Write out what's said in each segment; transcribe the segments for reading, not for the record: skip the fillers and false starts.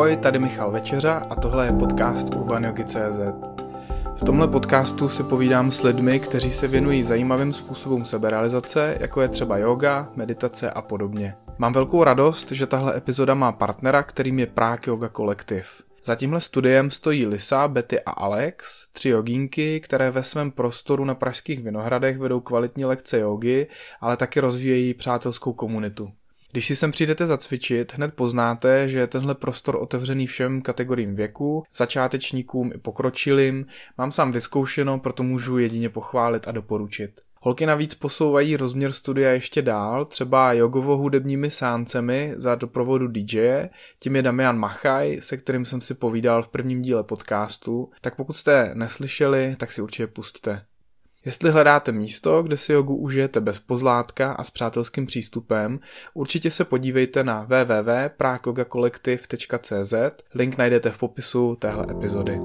Ahoj, tady Michal Večeřa a tohle je podcast urbanyogi.cz. V tomhle podcastu si povídám s lidmi, kteří se věnují zajímavým způsobům seberealizace, jako je třeba yoga, meditace a podobně. Mám velkou radost, že tahle epizoda má partnera, kterým je Prague Yoga Collective. Za tímhle studiem stojí Lisa, Betty a Alex, 3 jogínky, které ve svém prostoru na pražských Vinohradech vedou kvalitní lekce jógy, ale taky rozvíjejí přátelskou komunitu. Když si sem přijdete zacvičit, hned poznáte, že je tenhle prostor otevřený všem kategoriím věku, začátečníkům i pokročilým, mám sám vyzkoušeno, proto můžu jedině pochválit a doporučit. Holky navíc posouvají rozměr studia ještě dál, třeba jogovo-hudebními sáncemi za doprovodu DJ, tím je Damian Machaj, se kterým jsem si povídal v prvním díle podcastu, tak pokud jste neslyšeli, tak si určitě pusťte. Jestli hledáte místo, kde si jogu užijete bez pozlátka a s přátelským přístupem, určitě se podívejte na www.pragogacollective.cz, link najdete v popisu téhle epizody.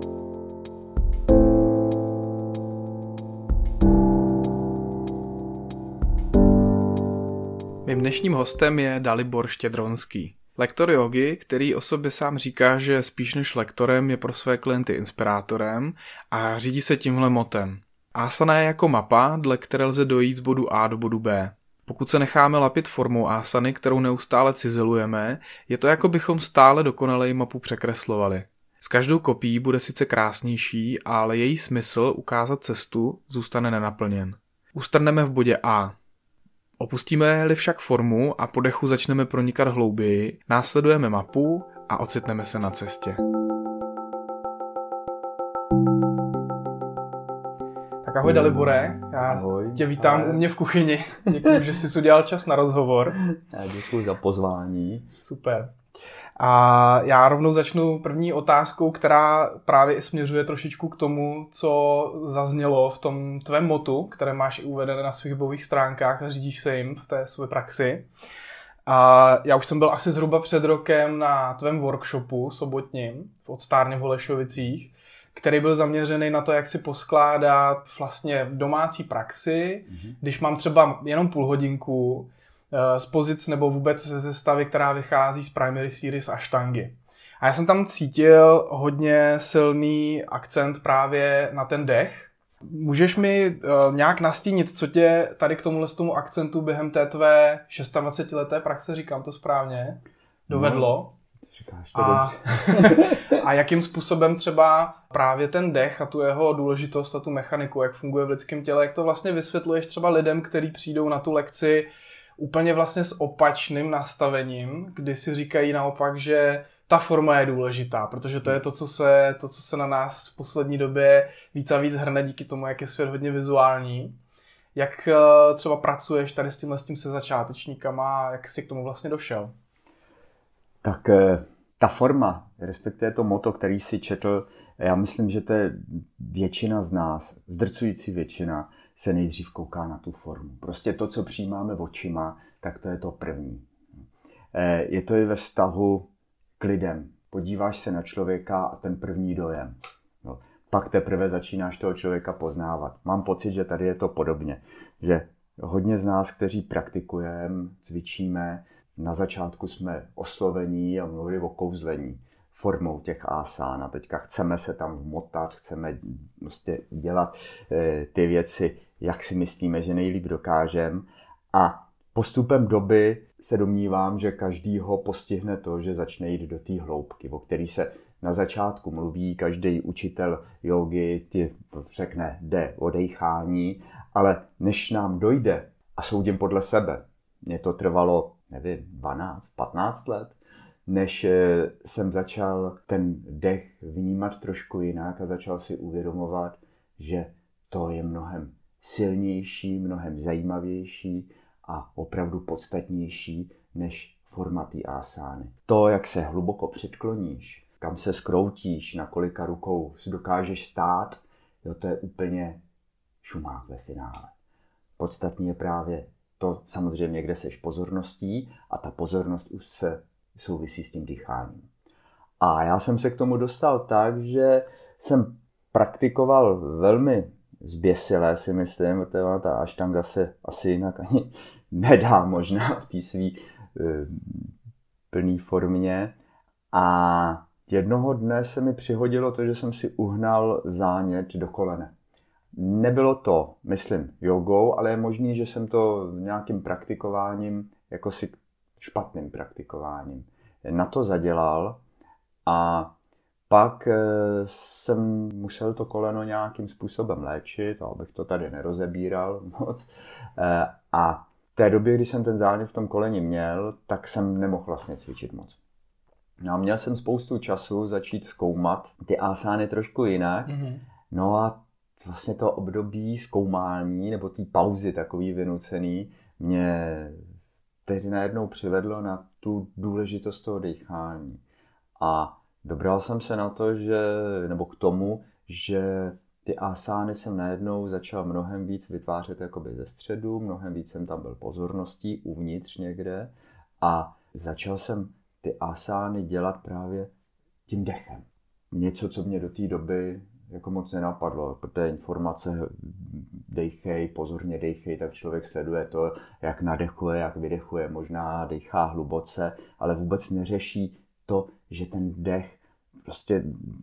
Mým dnešním hostem je Dalibor Štědronský. Lektor jógy, který o sobě sám říká, že spíš než lektorem je pro své klienty inspirátorem a řídí se tímhle motem. Asana je jako mapa, dle které lze dojít z bodu A do bodu B. Pokud se necháme lapit formou asany, kterou neustále cizelujeme, je to jako bychom stále dokonaleji mapu překreslovali. S každou kopií bude sice krásnější, ale její smysl ukázat cestu zůstane nenaplněn. Ustrneme v bodě A. Opustíme-li však formu a po dechu začneme pronikat hlouběji, následujeme mapu a ocitneme se na cestě. Tak ahoj Dalibore, já tě vítám u mě v kuchyni. Děkuji, že jsi udělal čas na rozhovor. Já děkuji za pozvání. Super. A já rovnou začnu první otázkou, která právě směřuje trošičku k tomu, co zaznělo v tom tvém motu, které máš i uvedené na svých webových stránkách a řídíš se jim v té své praxi. A já už jsem byl asi zhruba před rokem na tvém workshopu sobotním v Odstárně v Holešovicích, který byl zaměřený na to, jak si poskládat vlastně v domácí praxi, když mám třeba jenom půl hodinku z pozic nebo vůbec ze stavy, která vychází z Primary Series Ashtangy. A já jsem tam cítil hodně silný akcent právě na ten dech. Můžeš mi nějak nastínit, co tě tady k tomu akcentu během té tvé 26leté praxe, říkám to správně, dovedlo? No. Říkáš to dobře. A jakým způsobem třeba právě ten dech a tu jeho důležitost a tu mechaniku, jak funguje v lidském těle, jak to vlastně vysvětluješ třeba lidem, kteří přijdou na tu lekci úplně vlastně s opačným nastavením, kdy si říkají naopak, že ta forma je důležitá, protože to je to, co se na nás v poslední době víc a víc hrne díky tomu, jak je svět hodně vizuální. Jak třeba pracuješ tady s tím se začátečníkama a jak jsi k tomu vlastně došel? Tak ta forma, respektive to motto, který si četl, já myslím, že to je většina z nás, zdrcující většina, se nejdřív kouká na tu formu. Prostě to, co přijímáme očima, tak to je to první. Je to i ve vztahu k lidem. Podíváš se na člověka a ten první dojem. No, pak teprve začínáš toho člověka poznávat. Mám pocit, že tady je to podobně. Že hodně z nás, kteří praktikujeme, cvičíme, na začátku jsme oslovení a mluvili o kouzlení formou těch asán a teďka chceme se tam vmotat, chceme prostě dělat ty věci, jak si myslíme, že nejlíp dokážeme. A postupem doby se domnívám, že každýho postihne to, že začne jít do té hloubky, o který se na začátku mluví, každý učitel jógy ti řekne, jde o dejchání, ale než nám dojde, a soudím podle sebe, mě to trvalo, nevím, 12, 15 let, než jsem začal ten dech vnímat trošku jinak a začal si uvědomovat, že to je mnohem silnější, mnohem zajímavější a opravdu podstatnější než forma té asány. To, jak se hluboko předkloníš, kam se skroutíš, na kolika rukou dokážeš stát, jo, to je úplně šumák ve finále. Podstatný je právě to samozřejmě, kde seš pozorností a ta pozornost už se souvisí s tím dýcháním. A já jsem se k tomu dostal tak, že jsem praktikoval velmi zběsilé, si myslím, protože ta aštanga se asi jinak ani nedá možná v té své plné formě. A jednoho dne se mi přihodilo to, že jsem si uhnal zánět do kolene. Nebylo to, myslím, jogou, ale je možný, že jsem to nějakým praktikováním, jako si špatným praktikováním, na to zadělal a pak jsem musel to koleno nějakým způsobem léčit, abych to tady nerozebíral moc. A v té době, kdy jsem ten zánět v tom koleni měl, tak jsem nemohl vlastně cvičit moc. No a měl jsem spoustu času začít zkoumat ty asány trošku jinak. No a vlastně to období zkoumání nebo té pauzy takový vynucený mě tehdy najednou přivedlo na tu důležitost toho dýchání. A dobral jsem se na to, nebo k tomu, že ty asány jsem najednou začal mnohem víc vytvářet jakoby ze středu, mnohem víc jsem tam byl pozorností uvnitř někde a začal jsem ty asány dělat právě tím dechem. Něco, co mě do té doby jako moc nenapadlo, protože informace dejchej, pozorně dejchej, tak člověk sleduje to, jak nadechuje, jak vydechuje, možná dechá hluboce, ale vůbec neřeší to, že ten dech prostě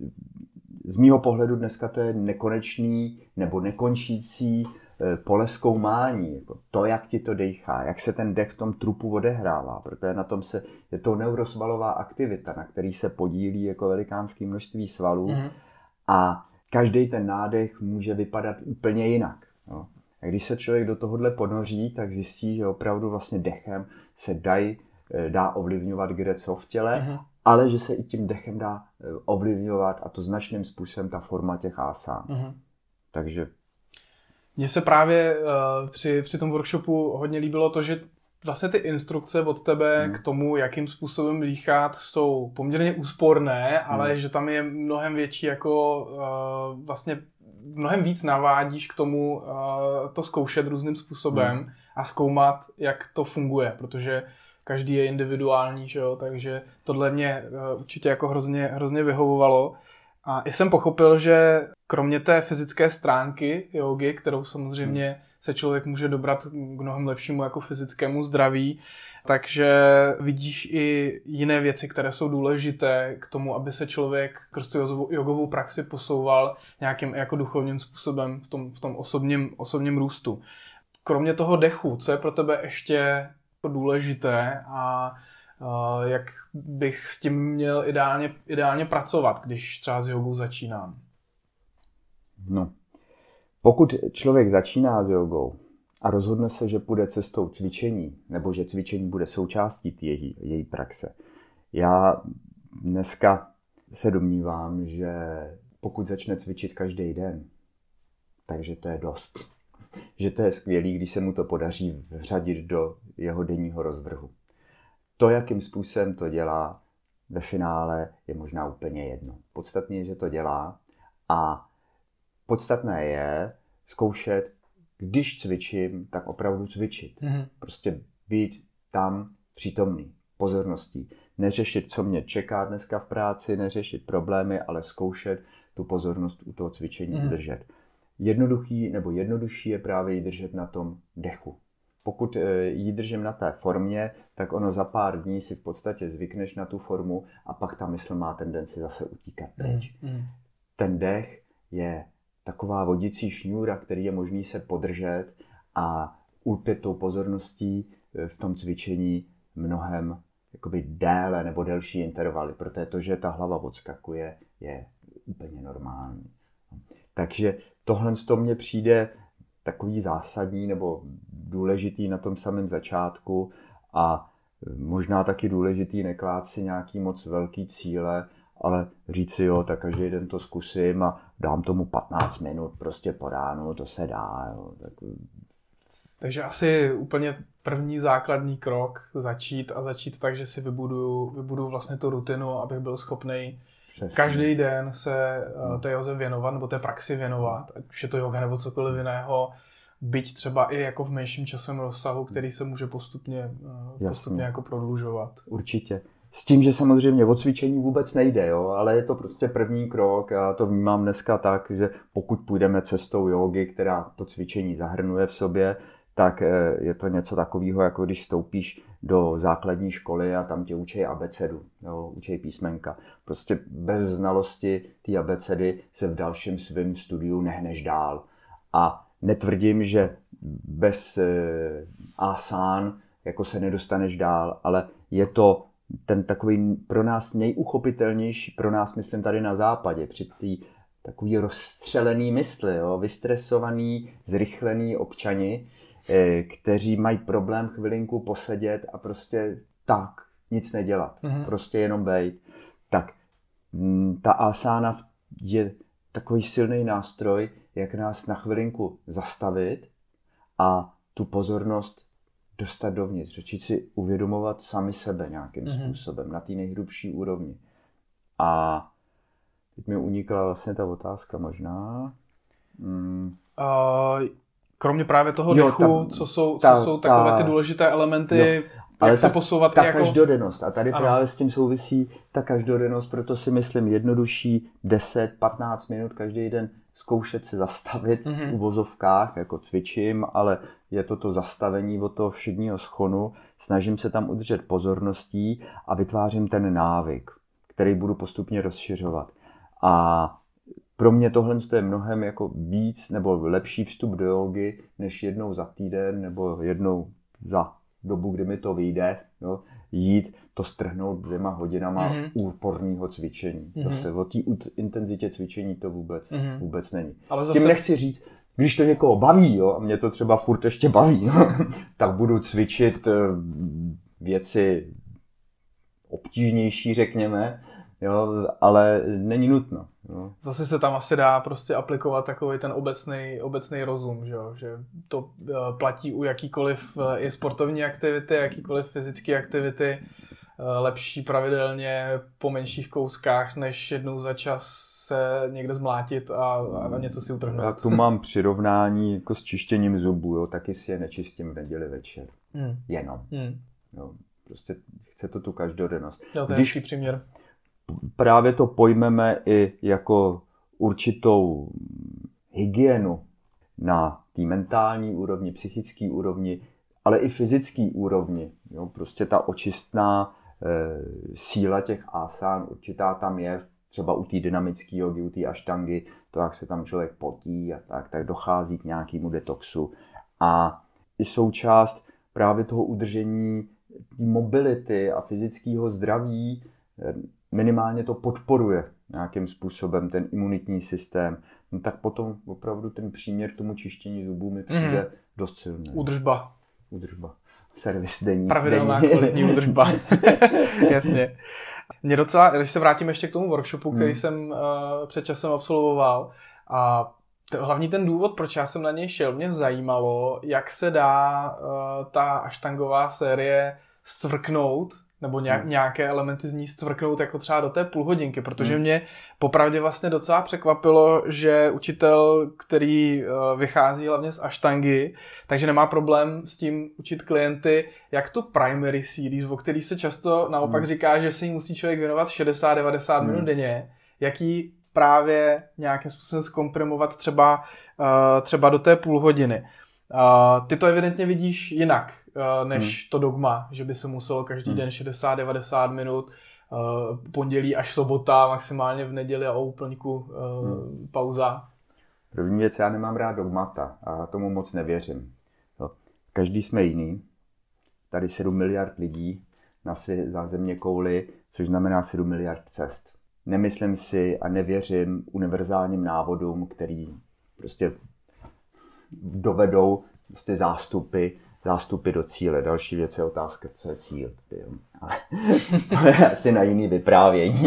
z mýho pohledu dneska to je nekonečný nebo nekončící pole zkoumání. Jako to, jak ti to dejchá, jak se ten dech v tom trupu odehrává, protože na tom je to neurosvalová aktivita, na který se podílí jako velikánské množství svalů a každý ten nádech může vypadat úplně jinak. No. A když se člověk do tohohle ponoří, tak zjistí, že opravdu vlastně dechem se dá ovlivňovat kde co v těle, ale že se i tím dechem dá ovlivňovat a to značným způsobem ta forma těch asán. Takže mně se právě při tom workshopu hodně líbilo to, že vlastně ty instrukce od tebe k tomu, jakým způsobem dýchat, jsou poměrně úsporné, ale že tam je mnohem větší jako vlastně mnohem víc navádíš k tomu to zkoušet různým způsobem a zkoumat, jak to funguje, protože každý je individuální, že jo? Takže tohle mě určitě jako hrozně vyhovovalo. A já jsem pochopil, že kromě té fyzické stránky jógy, kterou samozřejmě se člověk může dobrat k mnohem lepšímu jako fyzickému zdraví, takže vidíš i jiné věci, které jsou důležité k tomu, aby se člověk skrz tu jogovou praxi posouval nějakým jako duchovním způsobem v tom osobním růstu. Kromě toho dechu, co je pro tebe ještě důležité a jak bych s tím měl ideálně pracovat, když třeba s jogou začínám? No, pokud člověk začíná s jogou a rozhodne se, že půjde cestou cvičení, nebo že cvičení bude součástí její praxe, já dneska se domnívám, že pokud začne cvičit každý den, takže to je dost. Že to je skvělý, když se mu to podaří vřadit do jeho denního rozvrhu. To, jakým způsobem to dělá, ve finále je možná úplně jedno. Podstatné je, že to dělá a podstatné je zkoušet, když cvičím, tak opravdu cvičit. Prostě být tam přítomný, pozorností. Neřešit, co mě čeká dneska v práci, neřešit problémy, ale zkoušet tu pozornost u toho cvičení udržet. Jednodušší je právě ji držet na tom dechu. Pokud ji držím na té formě, tak ono za pár dní si v podstatě zvykneš na tu formu a pak ta mysl má tendenci zase utíkat pryč. Ten dech je taková vodicí šňůra, který je možný se podržet a ulpět tou pozorností v tom cvičení mnohem jakoby déle nebo delší intervaly, protože to, že ta hlava odskakuje, je úplně normální. Takže tohle z toho mně přijde takový zásadní nebo důležitý na tom samém začátku a možná taky důležitý neklát si nějaký moc velký cíle, ale říct si jo, tak každý den to zkusím a dám tomu 15 minut prostě po ránu, to se dá. Jo. Takže asi úplně první základní krok začít tak, že si vybuduju vlastně tu rutinu, abych byl schopnej každý den se té joze věnovat, nebo té praxi věnovat, ať už je to yoga nebo cokoliv jiného, byť třeba i jako v menším časovém rozsahu, který se může postupně jako prodlužovat. Určitě. S tím, že samozřejmě o cvičení vůbec nejde, jo, ale je to prostě první krok a to vnímám dneska tak, že pokud půjdeme cestou jógy, která to cvičení zahrnuje v sobě, tak je to něco takového, jako když vstoupíš do základní školy a tam tě učí abecedu, jo, učí písmenka. Prostě bez znalosti té abecedy se v dalším svém studiu nehneš dál. A netvrdím, že bez asán jako se nedostaneš dál, ale je to ten takový pro nás nejuchopitelnější, pro nás myslím tady na západě, při té takový rozstřelený mysli, jo, vystresovaný, zrychlený občani, kteří mají problém chvilinku posedět a prostě tak, nic nedělat, prostě jenom bejt. Tak ta asána je takový silný nástroj, jak nás na chvilinku zastavit a tu pozornost dostat dovnitř, začít si uvědomovat sami sebe nějakým způsobem, na té nejhrubší úrovni. A teď mi unikla vlastně ta otázka možná. Kromě právě toho dechu, co jsou takové ty důležité elementy, ale jak se posouvat ta jako... každodennost. A tady právě s tím souvisí ta každodennost, proto si myslím jednodušší 10-15 minut každý den zkoušet se zastavit v uvozovkách, jako cvičím, ale je to zastavení od toho všedního schonu. Snažím se tam udržet pozorností a vytvářím ten návyk, který budu postupně rozšiřovat. A pro mě tohle je mnohem jako víc nebo lepší vstup do jógy, než jednou za týden nebo jednou za dobu, kdy mi to vyjde, jo, jít to strhnout 2 hodinama úporného cvičení. Zase o té intenzitě cvičení to vůbec není. Ale zase... Tím nechci říct, když to někoho baví, jo, a mě to třeba furt ještě baví, tak budu cvičit věci obtížnější, řekněme, jo, ale není nutno. Jo. Zase se tam asi dá prostě aplikovat takový ten obecný rozum, že to platí u jakýkoliv i sportovní aktivity, jakýkoliv fyzické aktivity, lepší pravidelně po menších kouskách, než jednou za čas se někde zmlátit a něco si utrhnout. Já tu mám přirovnání jako s čištěním zubů, jo, taky si je nečistím v neděli večer. Jenom. Jo, prostě chce to tu každodennost. Jo, to je hezký příměr. Právě to pojmeme i jako určitou hygienu na té mentální úrovni, psychické úrovni, ale i fyzické úrovni. Jo, prostě ta očistná síla těch asán určitá tam je, třeba u té dynamické jogy, u té aštangy, to, jak se tam člověk potí a tak dochází k nějakému detoxu. A i součást právě toho udržení mobility a fyzického zdraví minimálně to podporuje nějakým způsobem ten imunitní systém, no tak potom opravdu ten příměr k tomu čištění zubů mi přijde dost silný. Údržba. Servis denní. Pravidelná kvalitní údržba. Jasně. Mě docela, když se vrátím ještě k tomu workshopu, který jsem před časem absolvoval, a hlavní ten důvod, proč já jsem na něj šel, mě zajímalo, jak se dá ta aštangová série zcvrknout, nebo nějaké elementy z ní zcvrknout jako třeba do té půlhodinky, protože mě popravdě vlastně docela překvapilo, že učitel, který vychází hlavně z aštangy, takže nemá problém s tím učit klienty, jak tu primary series, o který se často naopak říká, že si jí musí člověk věnovat 60-90 minut denně, jak ji právě nějakým způsobem zkomprimovat třeba do té půlhodiny. Ty to evidentně vidíš jinak než to dogma, že by se muselo každý den 60-90 minut, pondělí až sobota, maximálně v neděli a o úplňku pauza. První věc, já nemám rád dogmata a tomu moc nevěřím. Každý jsme jiný. Tady 7 miliard lidí na země kouli, což znamená 7 miliard cest. Nemyslím si a nevěřím univerzálním návodům, který prostě dovedou ty zástupy do cíle. Další věc je otázka, co je cíl. Ale to je asi na jiný vyprávění.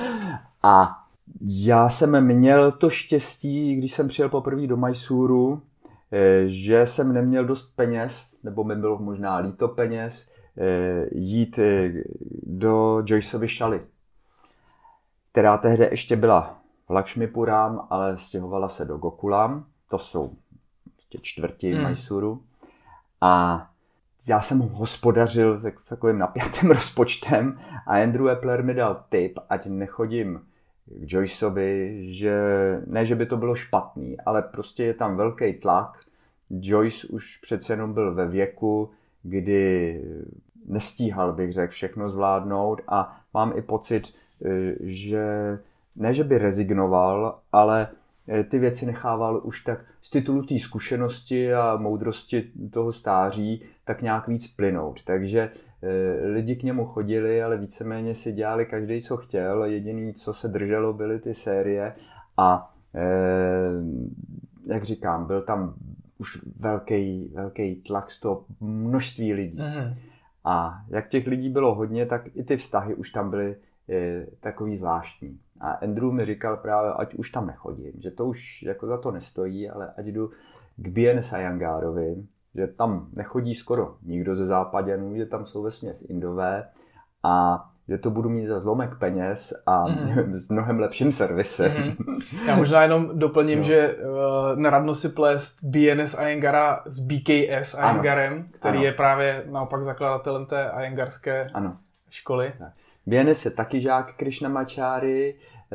A já jsem měl to štěstí, když jsem přijel poprvé do Mysuru, že jsem neměl dost peněz, nebo mi bylo možná líto peněz, jít do Joyceovy šaly, která tehdy ještě byla v Lakšmipuram, ale stěhovala se do Gokulam. To jsou čtvrti Mysuru. A já jsem hospodařil s takovým napjatým rozpočtem a Andrew Epler mi dal tip, ať nechodím k Joyceovi, že ne, že by to bylo špatný, ale prostě je tam velký tlak Joyce už přece jenom byl ve věku, kdy nestíhal, bych řekl, všechno zvládnout a mám i pocit, že ne, že by rezignoval, ale ty věci nechával už tak z titulu té zkušenosti a moudrosti toho stáří tak nějak víc plynout. Takže lidi k němu chodili, ale víceméně si dělali každý, co chtěl. Jediný, co se drželo, byly ty série a jak říkám, byl tam už velký tlak z toho množství lidí. Mm-hmm. A jak těch lidí bylo hodně, tak i ty vztahy už tam byly takový zvláštní. A Andrew mi říkal právě, ať už tam nechodím, že to už jako za to nestojí, ale ať jdu k BNS Iyengarovi, že tam nechodí skoro nikdo ze Západěnů, že tam jsou vesměs Indové a že to budu mít za zlomek peněz a s mnohem lepším servisem. Já možná jenom doplním, že neradno si plést BNS Iyengara s BKS Iyengarem, který je právě naopak zakladatelem té Iyengarské školy. Tak. BNS je taky žák Krishnamacháry,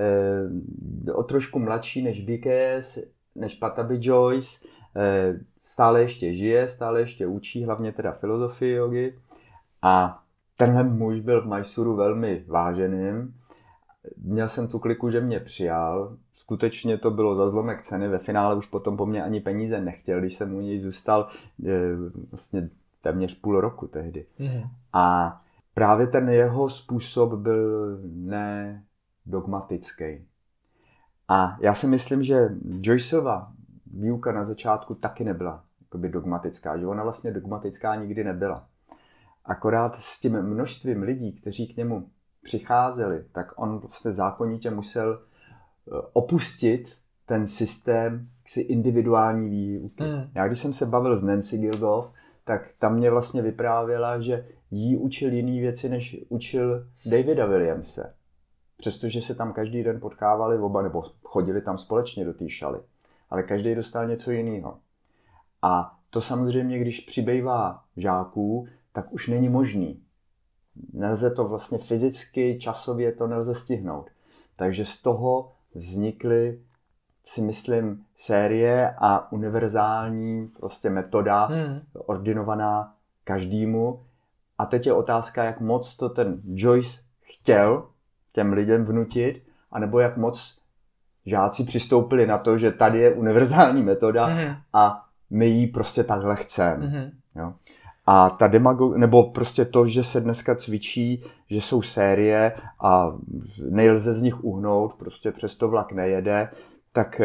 o trošku mladší než BKS, než Pattabhi Jois, stále ještě žije, stále ještě učí, hlavně teda filozofii jogy. A tenhle muž byl v Mysuru velmi váženým. Měl jsem tu kliku, že mě přijal. Skutečně to bylo za zlomek ceny. Ve finále už potom po mně ani peníze nechtěl, když jsem u něj zůstal vlastně téměř půl roku tehdy. A právě ten jeho způsob byl nedogmatický. A já si myslím, že Joyceova výuka na začátku taky nebyla jakoby dogmatická, že ona vlastně dogmatická nikdy nebyla. Akorát s tím množstvím lidí, kteří k němu přicházeli, tak on vlastně zákonitě musel opustit ten systém individuální výuky. Já když jsem se bavil s Nancy Gilgoff, tak tam mě vlastně vyprávěla, že jí učil jiný věci, než učil Davida Williamse. Přestože se tam každý den potkávali oba, nebo chodili tam společně do té šaly. Ale každý dostal něco jiného. A to samozřejmě, když přibývá žáků, tak už není možný. Nelze to vlastně fyzicky, časově to nelze stihnout. Takže z toho vznikly, si myslím, série a univerzální prostě metoda ordinovaná každému. A teď je otázka, jak moc to ten Joyce chtěl těm lidem vnutit, anebo jak moc žáci přistoupili na to, že tady je univerzální metoda a my ji prostě takhle chceme. Jo? A ta nebo prostě to, že se dneska cvičí, že jsou série a nelze z nich uhnout, prostě přesto vlak nejede, tak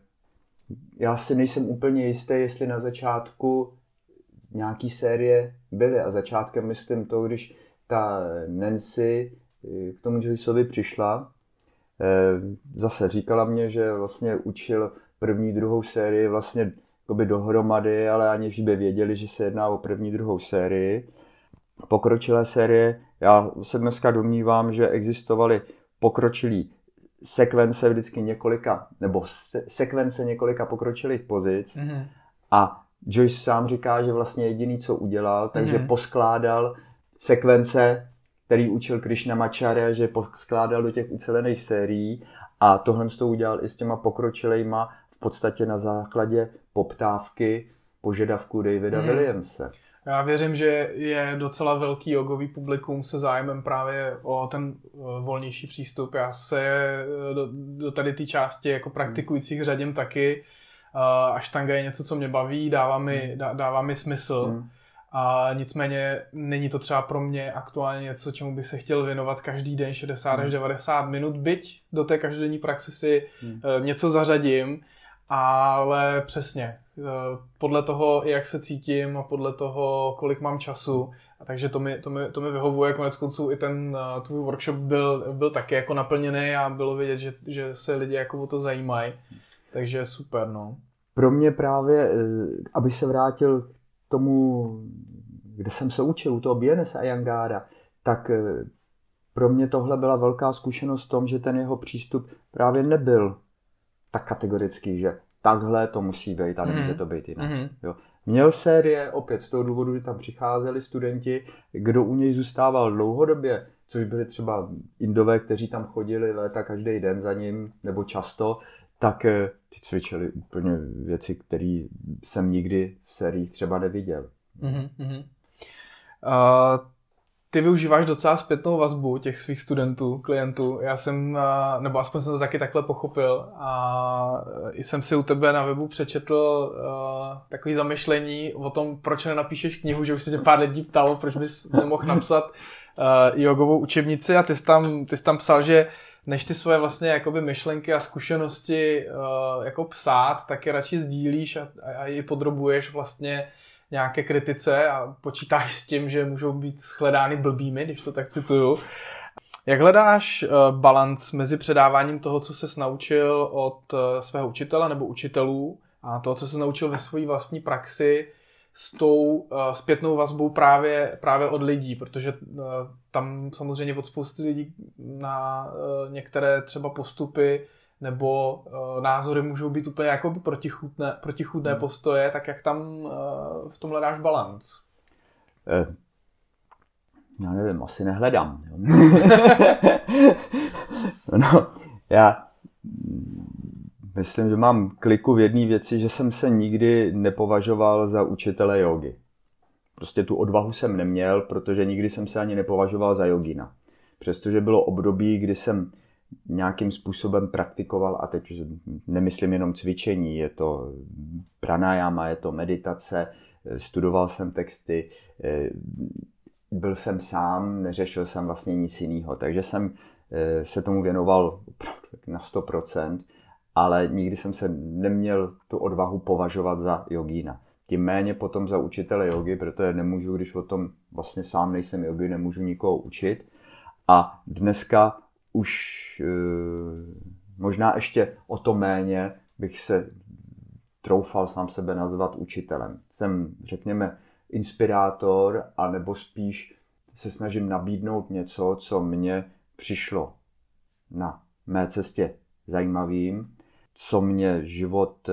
já si nejsem úplně jistý, jestli na začátku nějaký série byly. A začátkem myslím to, když ta Nancy k tomu Joyceovi přišla, zase říkala mě, že vlastně učil první, druhou sérii vlastně dohromady, ale aniž by věděli, že se jedná o první, druhou sérii. Pokročilé série, já se dneska domnívám, že existovaly pokročilý sekvence vždycky sekvence několika pokročilých pozic a Joyce sám říká, že vlastně jediný, co udělal, takže poskládal sekvence, který učil Krishnamacharya, že poskládal do těch ucelených sérií a tohle to udělal i s těma pokročilejma v podstatě na základě poptávky požadavku Davida Williamse. Já věřím, že je docela velký jogový publikum se zájmem právě o ten volnější přístup. Já se do tady té části jako praktikujících řadím taky. Ashtanga je něco, co mě baví, dává mi smysl. A nicméně není to třeba pro mě aktuálně něco, čemu bych se chtěl věnovat každý den 60 až 90 minut, byť do té každodenní praxe si něco zařadím, ale přesně podle toho, jak se cítím a podle toho, kolik mám času, a takže to mi vyhovuje. Konec konců i ten tvůj workshop byl taky jako naplněný a bylo vidět, že se lidi jako o to zajímají, takže super, no. Pro mě právě, aby se vrátil k tomu, kde jsem se učil, u toho BNS Iyengara, tak pro mě tohle byla velká zkušenost v tom, že ten jeho přístup právě nebyl tak kategorický, že takhle to musí být a nemůže to být jinak. Jo. Měl série opět z toho důvodu, že tam přicházeli studenti, kdo u něj zůstával dlouhodobě, což byli třeba Indové, kteří tam chodili léta každý den za ním, nebo často, tak ty cvičili úplně věci, které jsem nikdy v sériích třeba neviděl. Ty využíváš docela zpětnou vazbu těch svých studentů, klientů. Já jsem, nebo aspoň jsem to taky takhle pochopil, a jsem si u tebe na webu přečetl takové zamyšlení o tom, proč nenapíšeš knihu, že už se tě pár lidí ptalo, proč bys nemohl napsat jogovou učebnici, a ty jsi tam psal, že než ty svoje vlastně jakoby myšlenky a zkušenosti jako psát, tak je radši sdílíš a ji podrobuješ vlastně nějaké kritice a počítáš s tím, že můžou být shledány blbými, když to tak cituju. Jak hledáš balanc mezi předáváním toho, co ses naučil od svého učitele nebo učitelů, a toho, co ses naučil ve své vlastní praxi, s tou zpětnou vazbou právě od lidí, protože tam samozřejmě od spousty lidí na některé třeba postupy nebo názory můžou být úplně jako protichůdné postoje, tak jak tam v tom hledáš balanc? Já nevím, asi nehledám. No, já myslím, že mám kliku v jedné věci, že jsem se nikdy nepovažoval za učitele jógy. Prostě tu odvahu jsem neměl, protože nikdy jsem se ani nepovažoval za jogina. Přestože bylo období, kdy jsem nějakým způsobem praktikoval, a teď nemyslím jenom cvičení, je to pranayama, je to meditace, studoval jsem texty, byl jsem sám, neřešil jsem vlastně nic jiného, takže jsem se tomu věnoval na 100%, ale nikdy jsem se neměl tu odvahu považovat za jogína. Tím méně potom za učitele jogy, protože nemůžu, když o tom vlastně sám nejsem jogi, nemůžu nikoho učit. A dneska už možná ještě o to méně bych se troufal sám sebe nazvat učitelem. Jsem, řekněme, inspirátor, anebo spíš se snažím nabídnout něco, co mně přišlo na mé cestě zajímavým, co mě život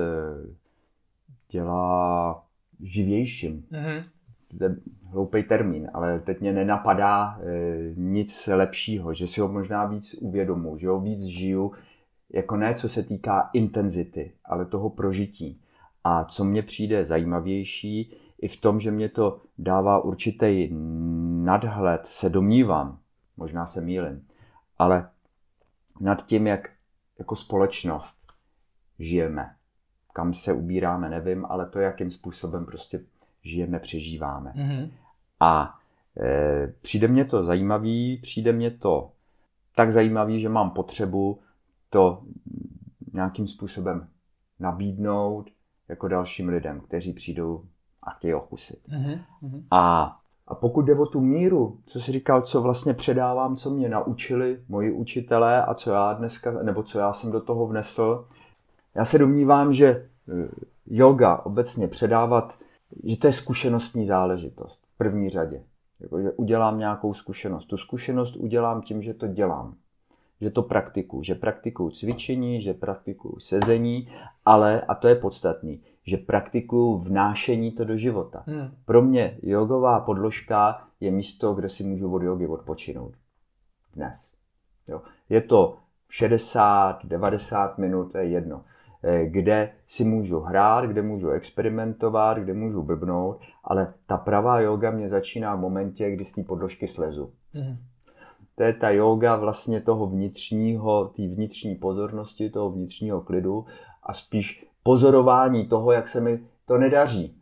dělá živějším. To je hloupý termín, ale teď mě nenapadá nic lepšího, že si ho možná víc uvědomuji, že ho víc žiju, jako ne co se týká intenzity, ale toho prožití. A co mně přijde zajímavější, i v tom, že mě to dává určitý nadhled, se domnívám, možná se mýlím, ale nad tím, jak jako společnost žijeme. Kam se ubíráme, nevím, ale to, jakým způsobem prostě žijeme, přežíváme. A přijde mě to zajímavý, přijde mě to tak zajímavý, že mám potřebu to nějakým způsobem nabídnout jako dalším lidem, kteří přijdou a chtějí okusit. A pokud jde o tu míru, co jsi říkal, co vlastně předávám, co mě naučili moji učitelé a co já dneska, nebo co já jsem do toho vnesl, já se domnívám, že yoga obecně předávat, že to je zkušenostní záležitost v první řadě. Jako, že udělám nějakou zkušenost. Tu zkušenost udělám tím, že to dělám. Že to praktikuju. Že praktikuju cvičení, že praktikuju sezení, ale, a to je podstatný, že praktikuju vnášení to do života. Pro mě jogová podložka je místo, kde si můžu od jogy odpočinout. Dnes. Jo. Je to 60, 90 minut, to je jedno. Kde si můžu hrát, kde můžu experimentovat, kde můžu blbnout, ale ta pravá jóga mě začíná v momentě, kdy z té podložky slezu. To je ta jóga vlastně toho vnitřního, té vnitřní pozornosti, toho vnitřního klidu a spíš pozorování toho, jak se mi to nedaří.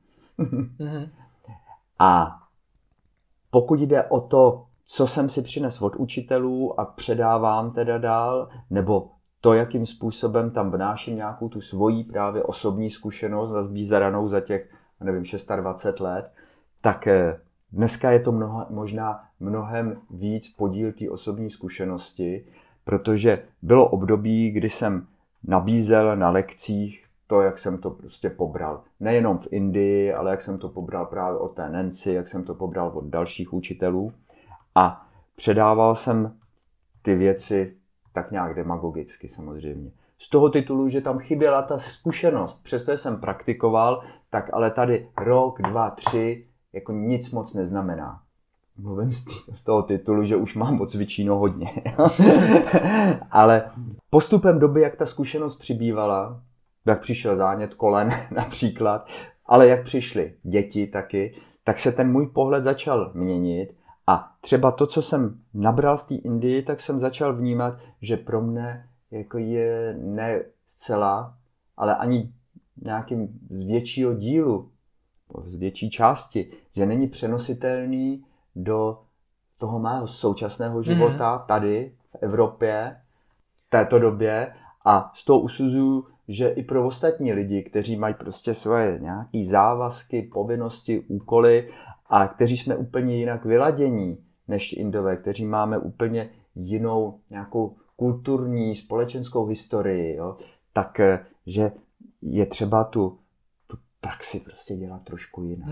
A pokud jde o to, co jsem si přinesl od učitelů a předávám teda dál, nebo to, jakým způsobem tam vnáším nějakou tu svoji právě osobní zkušenost nazbízaranou za těch, nevím, 26 let, tak dneska je to možná mnohem víc podíl té osobní zkušenosti, protože bylo období, kdy jsem nabízel na lekcích to, jak jsem to prostě pobral. Nejenom v Indii, ale jak jsem to pobral právě od té Nancy, jak jsem to pobral od dalších učitelů. A předával jsem ty věci tak nějak demagogicky samozřejmě. Z toho titulu, že tam chyběla ta zkušenost. Přestože jsem praktikoval, tak ale tady rok, 2, 3 jako nic moc neznamená. mluvím z toho titulu, že už mám odcvičíno hodně. Ale postupem doby, jak ta zkušenost přibývala, jak přišel zánět kolen například, ale jak přišly děti taky, tak se ten můj pohled začal měnit a třeba to, co jsem nabral v té Indii, tak jsem začal vnímat, že pro mne jako je ne zcela, ale ani nějakým z většího dílu, z větší části, že není přenositelný do toho mého současného života tady v Evropě, v této době a z toho usuzuju, že i pro ostatní lidi, kteří mají prostě svoje nějaké závazky, povinnosti, úkoly a kteří jsme úplně jinak vyladění než Indové, kteří máme úplně jinou nějakou kulturní, společenskou historii, jo, tak že je třeba tu praxi prostě dělat trošku jinak.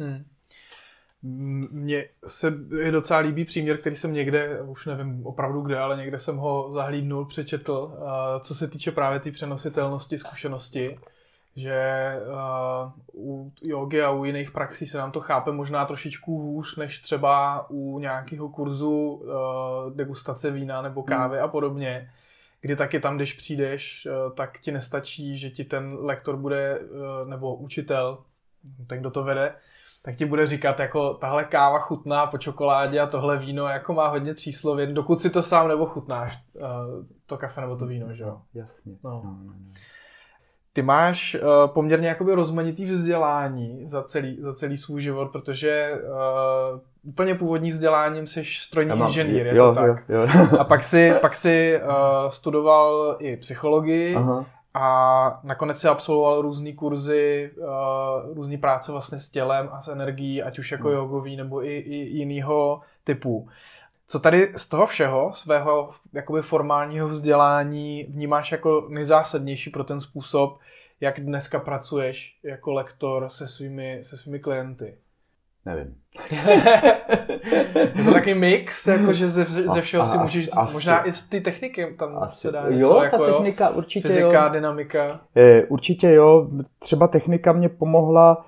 Mně se docela líbí příměr, který jsem někde, už nevím opravdu kde, ale někde jsem ho zahlídnul, přečetl, co se týče právě té přenositelnosti zkušenosti, že u jógy a u jiných praxí se nám to chápe možná trošičku hůř, než třeba u nějakého kurzu degustace vína nebo kávy a podobně, kdy taky tam, když přijdeš, tak ti nestačí, že ti ten lektor bude, nebo učitel, tak kdo to vede, tak ti bude říkat, jako tahle káva chutná po čokoládě a tohle víno jako má hodně tříslovin, dokud si to sám neochutnáš, to kafe nebo to víno, že jo? Jasně. No. Ty máš poměrně jakoby rozmanitý vzdělání za celý svůj život, protože úplně původní vzděláním jsi strojní inženýr, je to tak? Jo. A pak si studoval i psychologii. Aha. A nakonec si absolvoval různý kurzy, různý práce vlastně s tělem a s energií, ať už jako jogový nebo i jinýho typu. Co tady z toho všeho, svého jakoby formálního vzdělání vnímáš jako nejzásadnější pro ten způsob, jak dneska pracuješ jako lektor se svými klienty? Nevím. Je to taky mix, jakože ze všeho si můžeš, možná i z ty techniky tam se dá něco, ta technika určitě fyzika, dynamika. Určitě jo, třeba technika mě pomohla,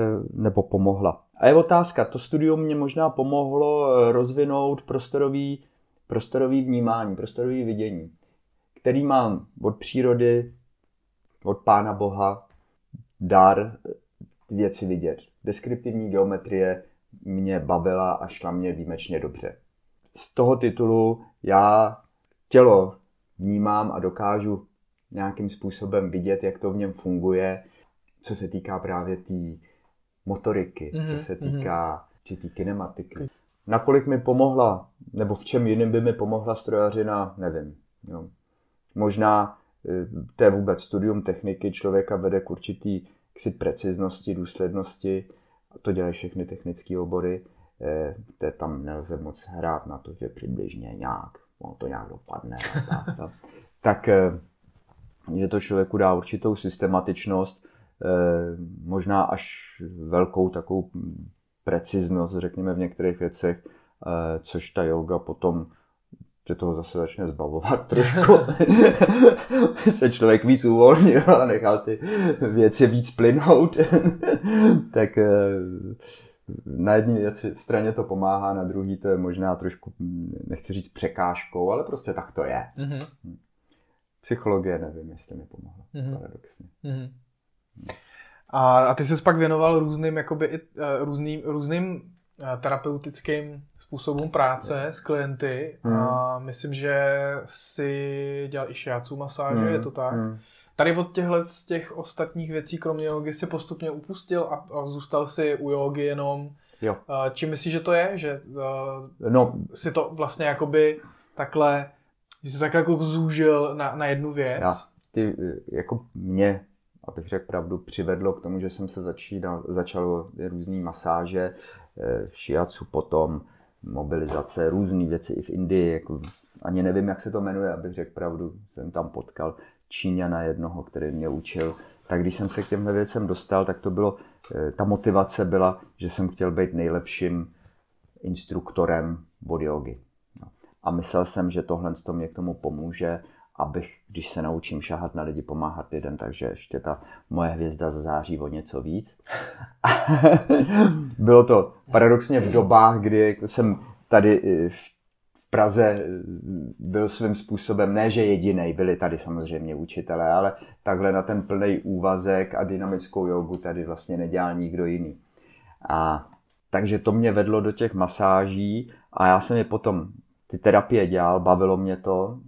A je otázka, to studium mě možná pomohlo rozvinout prostorový vnímání, prostorový vidění, který mám od přírody, od Pána Boha, dar věci vidět. Deskriptivní geometrie mě bavila a šla mě výjimečně dobře. Z toho titulu já tělo vnímám a dokážu nějakým způsobem vidět, jak to v něm funguje, co se týká právě té motoriky, co se týká té kinematiky. Nakolik mi pomohla, nebo v čem jiným by mi pomohla strojařina, nevím. Jo. Možná to je vůbec studium techniky, člověka vede k určitý preciznosti, důslednosti, a to dělají všechny technické obory, tam nelze moc hrát na to, že přibližně nějak, to nějak dopadne. Tak, že to člověku dá určitou systematičnost, možná až velkou takovou preciznost, řekněme v některých věcech, což ta yoga potom že toho zase začne zbavovat trošku. Se člověk víc uvolnil a nechal ty věci víc plynout. Tak na jedné straně to pomáhá, na druhé to je možná trošku, nechci říct překážkou, ale prostě tak to je. Psychologie nevím, jestli mi pomohla, paradoxně. A ty jsi pak věnoval různým, jakoby, různým terapeutickým způsobům práce s klienty a myslím, že si dělal i shiatsu masáže, je to tak? Tady od z těch ostatních věcí, kromě jogy, si postupně upustil a zůstal si u jogy jenom. Jo. Čím myslíš, že to je? Že si to vlastně jakoby takhle, že jsi takhle jako zúžil na jednu věc? Jako mě, abych řekl pravdu, přivedlo k tomu, že jsem se začal různý masáže, v shiatsu potom, mobilizace, různé věci i v Indii, jako, ani nevím, jak se to jmenuje, abych řekl pravdu, jsem tam potkal Číňana jednoho, který mě učil, tak když jsem se k těmhle věcem dostal, tak to bylo, ta motivace byla, že jsem chtěl být nejlepším instruktorem body jogy. A myslel jsem, že tohle mě k tomu pomůže abych, když se naučím šahat na lidi, pomáhat lidem, takže ještě ta moje hvězda zazáří o něco víc. Bylo to paradoxně v dobách, kdy jsem tady v Praze byl svým způsobem, ne že jedinej, byli tady samozřejmě učitelé, ale takhle na ten plný úvazek a dynamickou jogu tady vlastně nedělal nikdo jiný. A takže to mě vedlo do těch masáží a já jsem je potom ty terapie dělal, bavilo mě to.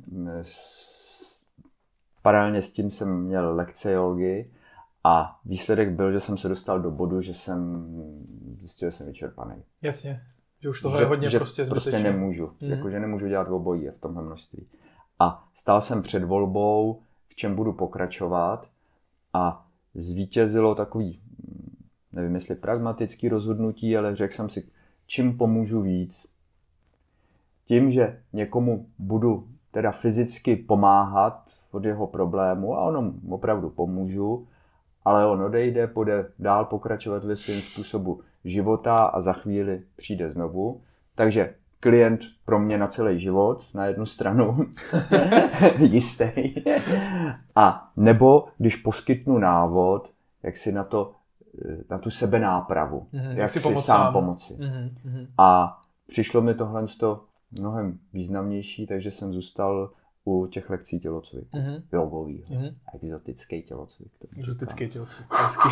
Paralelně s tím jsem měl lekce jógy a výsledek byl, že jsem se dostal do bodu, že jsem zjistil, že jsem vyčerpaný. Jasně, že už toho je hodně prostě zbytečné. Prostě nemůžu, jakože nemůžu dělat obojí v tomhle množství. A stál jsem před volbou, v čem budu pokračovat a zvítězilo takový, nevím jestli pragmatický rozhodnutí, ale řekl jsem si, čím pomůžu víc. Tím, že někomu budu teda fyzicky pomáhat od jeho problému a ono opravdu pomůžu, ale on odejde, půjde dál pokračovat ve svém způsobu života a za chvíli přijde znovu. Takže klient pro mě na celý život, na jednu stranu, jistý. A nebo když poskytnu návod, jak si na tu sebenápravu, jak si sám pomoci. A přišlo mi tohle mnohem významnější, takže jsem zůstal u těch lekcí tělocviku. Jogovýho. Exotický tělocvik. Exotický tělocvik.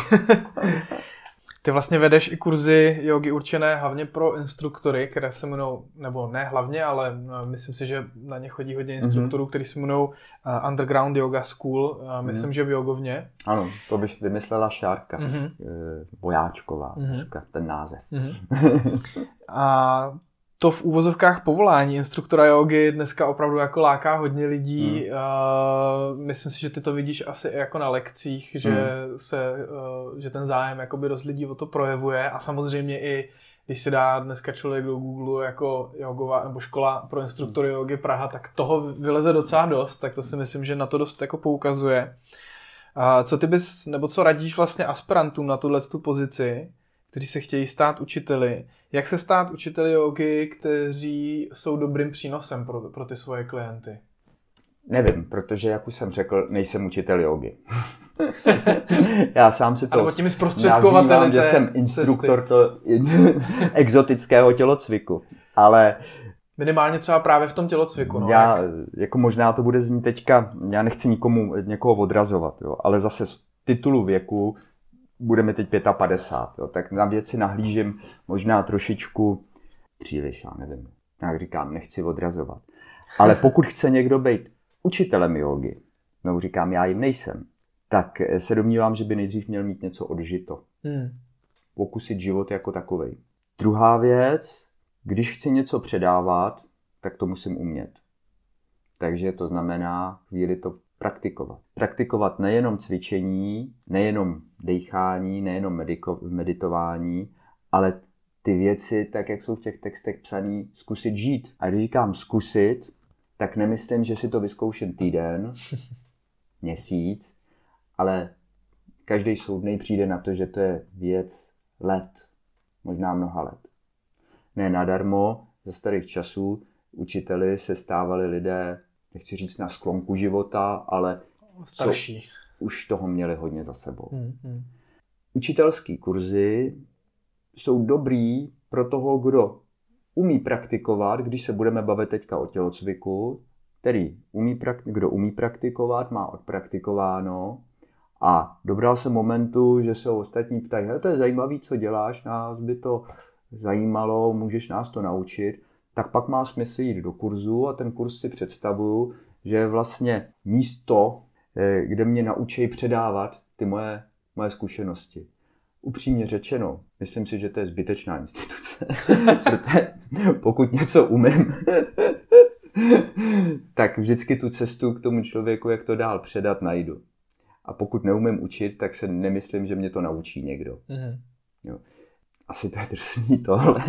Ty vlastně vedeš i kurzy jógy určené hlavně pro instruktory, které se jmenují, nebo ne hlavně, ale myslím si, že na ně chodí hodně instruktorů, kteří se jmenují Underground Yoga School, myslím, že v Jogovně. Ano, to bych vymyslela Šárka, Vojáčková, dneska ten název. A to v úvozovkách povolání instruktora jógy dneska opravdu jako láká hodně lidí. Myslím si, že ty to vidíš asi jako na lekcích, že ten zájem jakoby dost lidí o to projevuje a samozřejmě i když si dá dneska člověk do Google jako jogová nebo škola pro instruktory jógy Praha, tak toho vyleze docela dost, tak to si myslím, že na to dost jako poukazuje. Co ty bys, nebo co radíš vlastně aspirantům na tu pozici, kteří se chtějí stát učiteli? Jak se stát učiteli jógy, kteří jsou dobrým přínosem pro ty svoje klienty? Nevím, protože, jak už jsem řekl, nejsem učitel jógy. Já sám si to nazývám, že jsem instruktor exotického tělocviku. Ale minimálně třeba právě v tom tělocviku. Jako možná to bude znít teďka, já nechci někoho odrazovat, jo, ale zase z titulu věku bude mi teď 55, jo, tak na věci nahlížím možná trošičku příliš, já nevím, jak říkám, nechci odrazovat. Ale pokud chce někdo být učitelem jógy, no říkám, já jim nejsem, tak se domnívám, že by nejdřív měl mít něco odžito. Pokusit život jako takovej. Druhá věc, když chci něco předávat, tak to musím umět. Takže to znamená chvíli to praktikovat. Praktikovat nejenom cvičení, nejenom dýchání, nejenom meditování, ale ty věci, tak jak jsou v těch textech psaný, zkusit žít. A když říkám zkusit, tak nemyslím, že si to vyzkouším týden, měsíc, ale každý soudnej přijde na to, že to je věc let, možná mnoha let. Ne nadarmo, za starých časů učiteli se stávali lidé, nechci říct na sklonku života, ale starší. Už toho měli hodně za sebou. Učitelský kurzy jsou dobrý pro toho, kdo umí praktikovat, když se budeme bavit teďka o tělocviku, kdo umí praktikovat, má odpraktikováno a dobral se momentu, že se ostatní ptají, to je zajímavý, co děláš, nás by to zajímalo, můžeš nás to naučit, tak pak má smysl jít do kurzu a ten kurz si představuju, že je vlastně místo, kde mě naučí předávat ty moje zkušenosti. Upřímně řečeno, myslím si, že to je zbytečná instituce. Protože pokud něco umím, tak vždycky tu cestu k tomu člověku, jak to dál předat, najdu. A pokud neumím učit, tak se nemyslím, že mě to naučí někdo. Jo. Asi to je drsný tohle.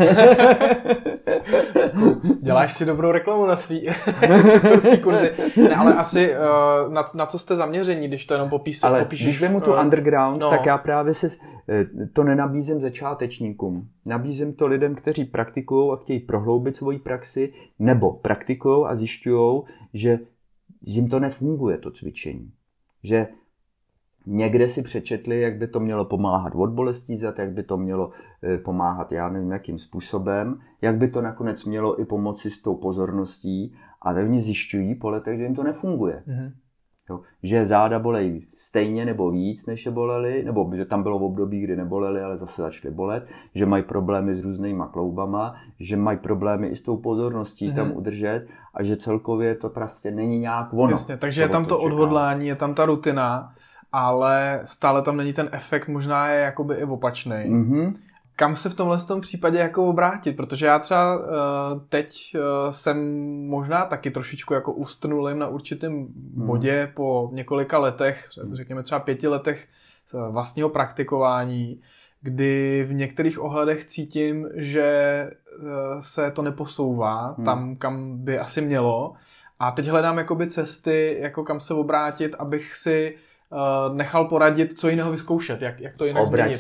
Děláš si dobrou reklamu na svý instruktorský kurzy. Ne, ale asi na co jste zaměření, když to jenom popíšeš? Ale když vemu tu underground, tak já právě to nenabízím začátečníkům. Nabízím to lidem, kteří praktikují a chtějí prohloubit svoji praxi, nebo praktikují a zjišťují, že jim to nefunguje, to cvičení. Že někde si přečetli, jak by to mělo pomáhat od bolestí zad, jak by to mělo pomáhat, já nevím jakým způsobem, jak by to nakonec mělo i pomoci s tou pozorností, a tak oni zjišťují po letech, že jim to nefunguje. Mm-hmm. Jo, že záda bolejí stejně nebo víc, než je bolely, nebo že tam bylo v období, kdy nebolely, ale zase začaly bolet, že mají problémy s různýma kloubama, že mají problémy i s tou pozorností tam udržet a že celkově to prostě není nějak ono. Jasně, takže je tam to odhodlání, je tam ta rutina, ale stále tam není ten efekt, možná je jakoby i opačný. Mm-hmm. Kam se v tomhle případě jako obrátit? Protože já třeba teď jsem možná taky trošičku jako ustnulým na určitém bodě po několika letech, řekněme třeba 5 letech vlastního praktikování, kdy v některých ohledech cítím, že se to neposouvá tam, kam by asi mělo. A teď hledám jakoby cesty, jako kam se obrátit, abych si nechal poradit, co jiného vyzkoušet, jak to jinak změnit.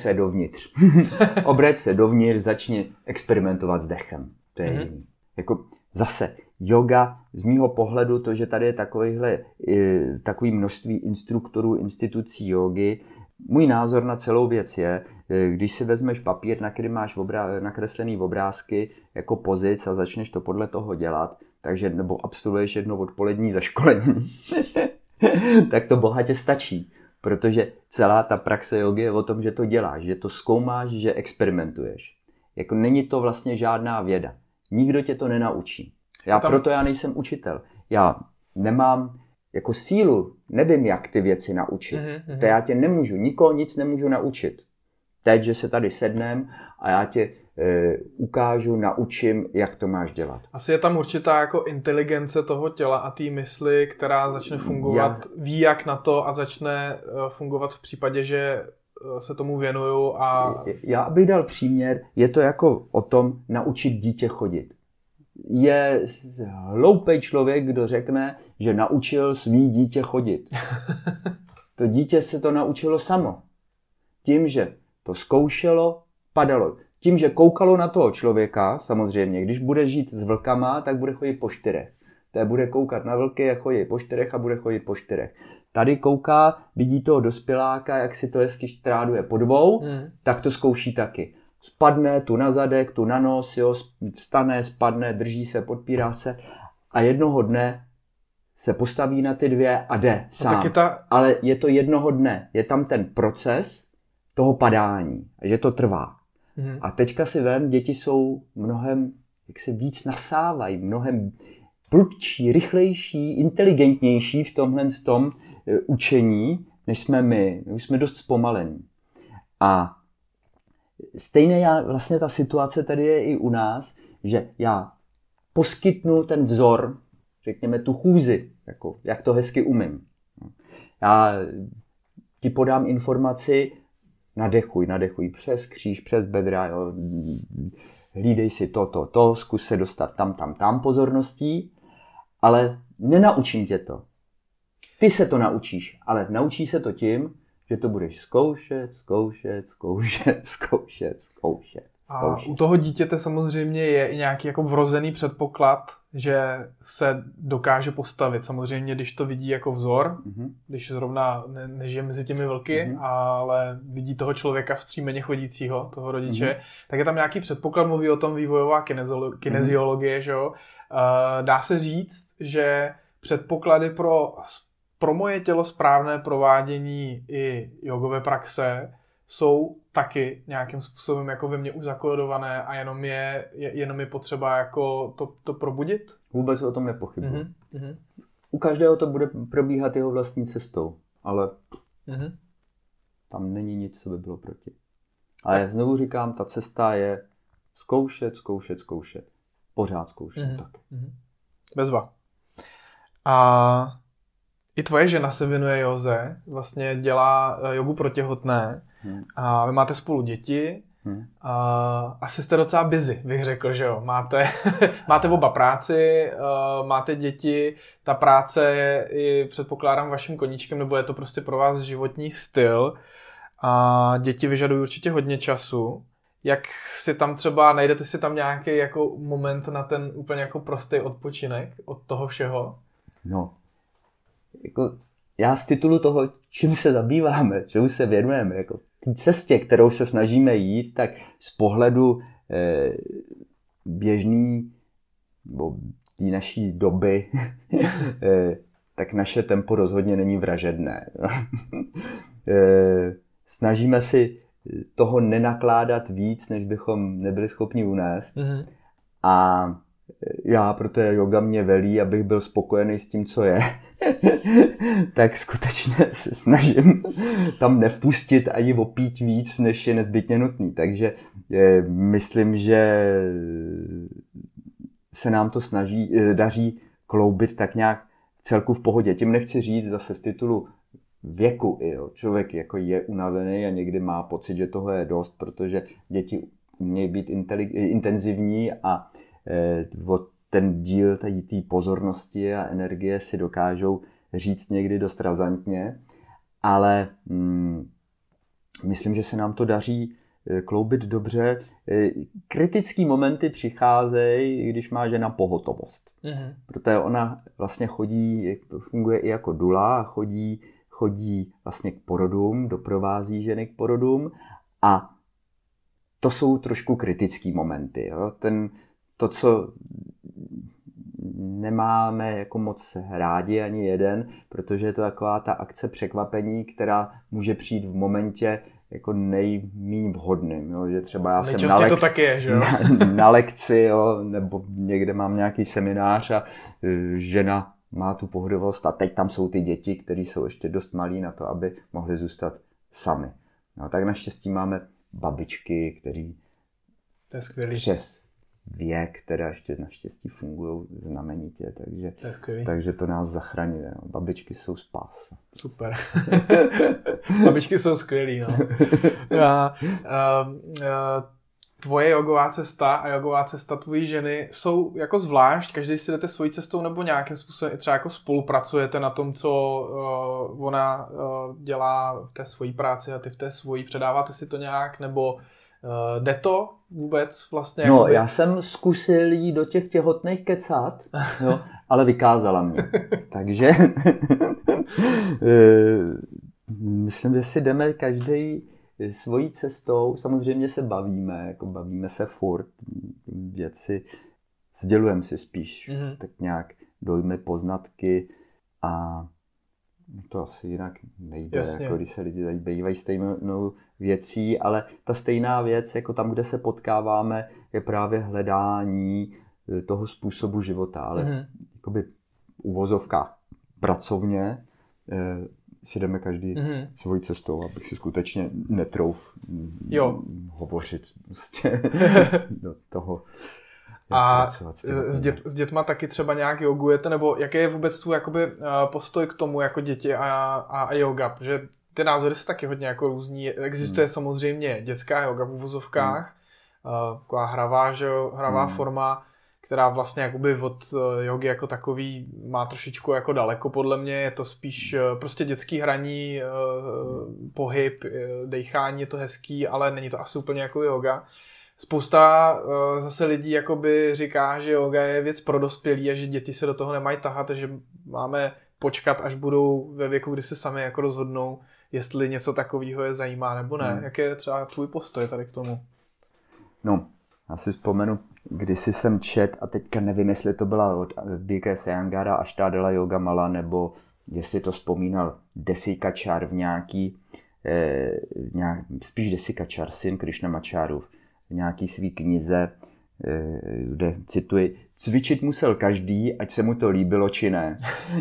Obrať se dovnitř, začni experimentovat s dechem. To je jediný. Jako zase, yoga, z mýho pohledu, to, že tady je takový množství instruktorů, institucí jógy, můj názor na celou věc je, když si vezmeš papír, na který máš nakreslený obrázky jako pozic a začneš to podle toho dělat, takže nebo absolvuješ jedno odpolední zaškolení, tak to bohatě stačí, protože celá ta praxe jogy je o tom, že to děláš, že to zkoumáš, že experimentuješ. Jako není to vlastně žádná věda. Nikdo tě to nenaučí. Proto já nejsem učitel. Já nemám jako sílu, nevím, jak ty věci naučit. To já tě nemůžu, nikoho nic nemůžu naučit. Teď, že se tady sednem a já tě ukážu, naučím, jak to máš dělat. Asi je tam určitá jako inteligence toho těla a té mysli, která začne fungovat, ví jak na to a začne fungovat v případě, že se tomu věnuju. Já bych dal příměr, je to jako o tom naučit dítě chodit. Je hloupý člověk, kdo řekne, že naučil svý dítě chodit. To dítě se to naučilo samo. Tím, že to zkoušelo, padalo. Tím, že koukalo na toho člověka, samozřejmě, když bude žít s vlkama, tak bude chodit po 4. To bude koukat na vlky, jak chodí po 4 a bude chodit po 4. Tady kouká, vidí toho dospěláka, jak si to hezky štráduje po 2, tak to zkouší taky. Spadne tu na zadek, tu na nos, jo, vstane, spadne, drží se, podpírá se a jednoho dne se postaví na ty 2 a jde sám. Ale je to jednoho dne. Je tam ten proces toho padání, že to trvá. A teďka si vem, děti jsou mnohem, jak se víc nasávají, mnohem prudčí, rychlejší, inteligentnější v tomhle učení, než jsme my. My už jsme dost zpomalení. A stejně vlastně ta situace tady je i u nás, že já poskytnu ten vzor, řekněme tu chůzi, jako, jak to hezky umím. Já ti podám informaci, nadechuj přes kříž, přes bedra, jo. Hlídej si to, zkus se dostat tam pozorností, ale nenaučím tě to. Ty se to naučíš, ale naučíš se to tím, že to budeš zkoušet. A u toho dítěte samozřejmě je i nějaký jako vrozený předpoklad, že se dokáže postavit. Samozřejmě, když to vidí jako vzor, když zrovna nežije mezi těmi vlky, ale vidí toho člověka vzpřímeně chodícího, toho rodiče, tak je tam nějaký předpoklad, mluví o tom vývojová kineziologie, že jo. Dá se říct, že předpoklady pro moje tělo správné provádění i jogové praxe jsou taky nějakým způsobem jako ve mně už zakódované a jenom je potřeba jako to probudit? Vůbec o tom nepochybuji. U každého to bude probíhat jeho vlastní cestou, ale tam není nic, co by bylo proti. Ale znovu říkám, ta cesta je zkoušet. Pořád zkoušet taky. Bezva. A i tvoje žena se věnuje józe, vlastně dělá jogu pro těhotné a vy máte spolu děti. Asi jste docela busy, bych řekl, že jo. Máte oba práci, máte děti, ta práce je, předpokládám, vaším koníčkem, nebo je to prostě pro vás životní styl. A děti vyžadují určitě hodně času. Jak si tam třeba, najdete si tam nějaký jako moment na ten úplně jako prostý odpočinek od toho všeho? No, jako já z titulu toho, čím se zabýváme, čemu se věnujeme, jako té cestě, kterou se snažíme jít, tak z pohledu běžný, nebo té naší doby, tak naše tempo rozhodně není vražedné. Snažíme si toho nenakládat víc, než bychom nebyli schopni unést. Mm-hmm. A já, protože yoga mě velí, abych byl spokojený s tím, co je, tak skutečně se snažím tam nevpustit ani opít víc, než je nezbytně nutný. Takže myslím, že se nám to daří kloubit tak nějak celku v pohodě. Tím nechci říct zase z titulu věku. Jo. Člověk jako je unavený a někdy má pocit, že toho je dost, protože děti umějí být intenzivní a ten díl té pozornosti a energie si dokážou říct někdy dost razantně, ale myslím, že se nám to daří kloubit dobře. Kritický momenty přicházejí, když má žena pohotovost. Mm-hmm. Protože ona vlastně funguje i jako dula, chodí vlastně k porodům, doprovází ženy k porodům a to jsou trošku kritický momenty. Jo? To, co nemáme jako moc rádi ani jeden, protože je to taková ta akce překvapení, která může přijít v momentě jako nejméně vhodným. Jo? Že třeba já jsem to taky je, že jo? Na lekci, jo? Nebo někde mám nějaký seminář a žena má tu pohodovost a teď tam jsou ty děti, které jsou ještě dost malí na to, aby mohly zůstat sami. No, tak naštěstí máme babičky, který přes věk, teda ještě naštěstí fungují znamenitě, takže to nás zachraňuje. No. Babičky jsou spása. Super. Babičky jsou skvělý, no. Tvoje jogová cesta a jogová cesta tvojí ženy jsou jako zvlášť, každý si jdete svojí cestou nebo nějakým způsobem třeba jako spolupracujete na tom, co ona dělá v té svojí práci a ty v té svojí, předáváte si to nějak, nebo jde to vůbec vlastně? No, já jsem zkusil jí do těch těhotných kecat, jo, ale vykázala mě. Takže myslím, že si jdeme každý svojí cestou. Samozřejmě se bavíme se furt věci, sdělujeme si spíš tak nějak dojmy, poznatky a to asi jinak nejde, jako když se lidi zabývají stejnou věcí, ale ta stejná věc, jako tam, kde se potkáváme, je právě hledání toho způsobu života, ale jakoby v uvozovkách pracovně si jdeme každý svojí cestou, abych si skutečně netrouf hovořit prostě do toho. A s dětma taky třeba nějak jogujete, nebo jaký je vůbec tvůj jakoby postoj k tomu jako děti a yoga, protože ty názory se taky hodně jako různí. Existuje samozřejmě dětská yoga v uvozovkách, taková hravá forma, která vlastně jakoby od jogy jako takový má trošičku jako daleko podle mě, je to spíš prostě dětský hraní, pohyb, dejchání, je to hezký, ale není to asi úplně jako yoga. Spousta zase lidí jakoby říká, že yoga je věc pro dospělí a že děti se do toho nemají tahat a že máme počkat, až budou ve věku, kdy se sami jako rozhodnou, jestli něco takového je zajímá nebo ne. Jaký je třeba tvůj postoj tady k tomu? No, já si vzpomenu, kdysi jsem čet, a teďka nevím, jestli to byla od B.K. Iyengara až ta Dela Yoga Mala, nebo jestli to vzpomínal Desikachar v nějaký spíš Desikachar, syn Krishnamacharův, v nějaký svý knize, kde cituji, cvičit musel každý, ať se mu to líbilo či ne.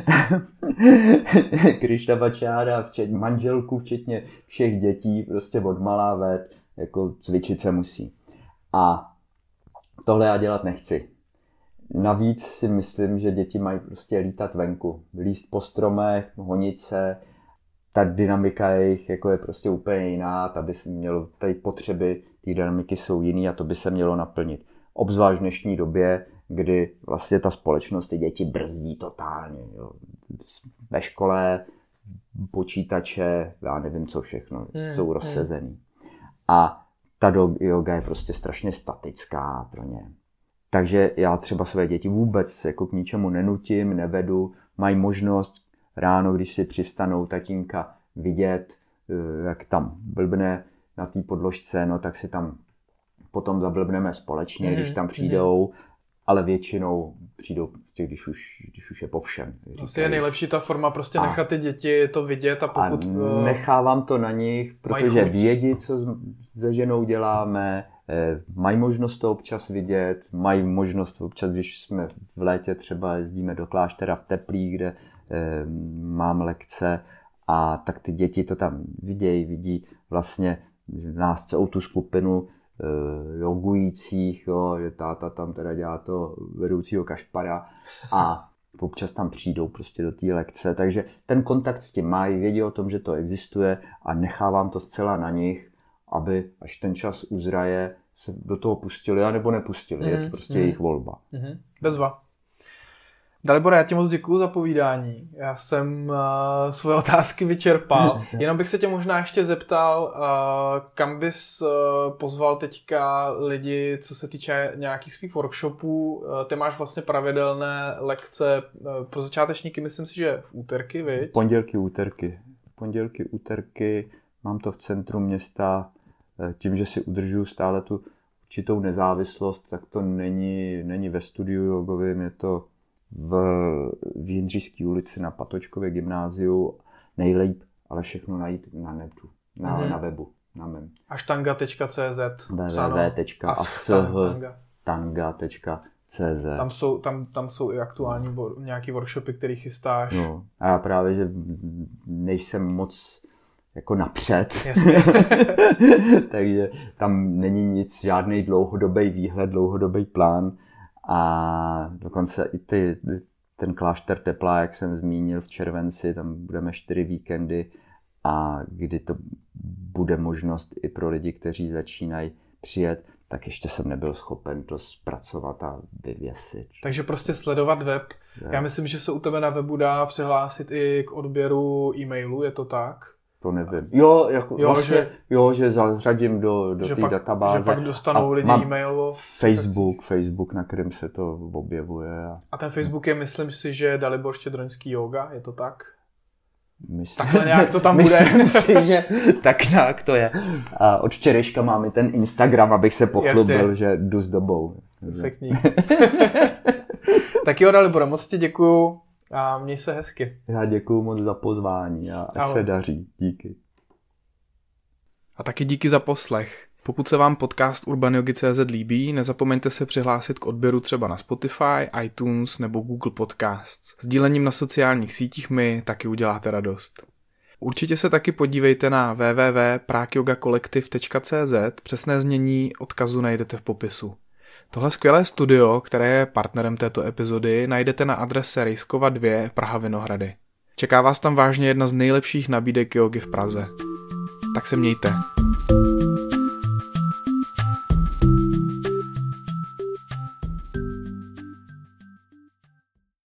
Krishnamachára, včetně manželku, včetně všech dětí, prostě od malá ved, jako cvičit se musí. A tohle já dělat nechci. Navíc si myslím, že děti mají prostě lítat venku, líst po stromech, honit se. Ta dynamika jejich jako je prostě úplně jiná, tady potřeby té dynamiky jsou jiný a to by se mělo naplnit. Obzvlášť v dnešní době, kdy vlastně ta společnost ty děti brzdí totálně. Jo. Ve škole počítače, já nevím co všechno, jsou rozsezený. A ta yoga je prostě strašně statická pro ně. Takže já třeba své děti vůbec jako k ničemu nenutím, nevedu, mají možnost ráno, když si přivstanou tatínka, vidět, jak tam blbne na té podložce, no tak si tam potom zablbneme společně, když tam přijdou, ale většinou přijdou prostě, když už je po všem. Vlastně je nejlepší ta forma prostě nechat ty děti to vidět a pokud... A nechávám to na nich, protože vědí, co se ženou děláme, mají možnost to občas vidět, mají možnost občas, když jsme v létě třeba jezdíme do kláštera v Teplí, kde mám lekce, a tak ty děti to tam vidí vlastně nás celou tu skupinu jogujících, jo, že táta tam teda dělá to vedoucího kašpara a občas tam přijdou prostě do té lekce, takže ten kontakt s tím mají, vědí o tom, že to existuje a nechávám to zcela na nich, aby až ten čas uzraje, se do toho pustili, anebo nepustili, je to prostě jejich volba. Bezva. Dalibore, já ti moc děkuju za povídání. Já jsem svoje otázky vyčerpal. Jenom bych se tě možná ještě zeptal, kam bys pozval teďka lidi, co se týče nějakých svých workshopů. Ty máš vlastně pravidelné lekce pro začátečníky, myslím si, že v úterky, viď? Pondělky, úterky. Mám to v centru města. Tím, že si udržuju stále tu určitou nezávislost, tak to není ve studiu jogovým, je to v Jindřišské ulici na Patočkově gymnáziu, nejlíp, ale všechno najít na netu, na webu, na mém. Ashtanga.cz www.ashtanga.cz Tam jsou i aktuální nějaký workshopy, které chystáš. No, a já právě, že nejsem moc jako napřed, takže tam není nic, žádný dlouhodobý výhled, dlouhodobý plán. A dokonce i ten klášter Teplá, jak jsem zmínil v červenci, tam budeme 4 víkendy a kdy to bude možnost i pro lidi, kteří začínají přijet, tak ještě jsem nebyl schopen to zpracovat a vyvěsit. Takže prostě sledovat web. Já myslím, že se u tebe na webu dá přihlásit i k odběru e-mailu, je to tak? To nevím. Že zařadím do té databáze. Že pak dostanou lidi e-mail. Facebook, na kterém se to objevuje. A ten Facebook je, myslím si, že Dalibor Štědroňský yoga, je to tak? Takhle nějak to tam bude. Myslím si, že tak nějak to je. A od včerejška mám i ten Instagram, abych se pochlubil, že jdu s dobou. Perfektní. Tak jo, Dalibor, moc ti děkuju. A měj se hezky. Já děkuju moc za pozvání a ať se daří. Díky. A taky díky za poslech. Pokud se vám podcast UrbanYogi.cz líbí, nezapomeňte se přihlásit k odběru třeba na Spotify, iTunes nebo Google Podcasts. Sdílením na sociálních sítích mi taky uděláte radost. Určitě se taky podívejte na www.prakyogakolektiv.cz, přesné znění odkazu najdete v popisu. Tohle skvělé studio, které je partnerem této epizody, najdete na adrese Rejskova 2, Praha Vinohrady. Čeká vás tam vážně jedna z nejlepších nabídek jógy v Praze. Tak se mějte.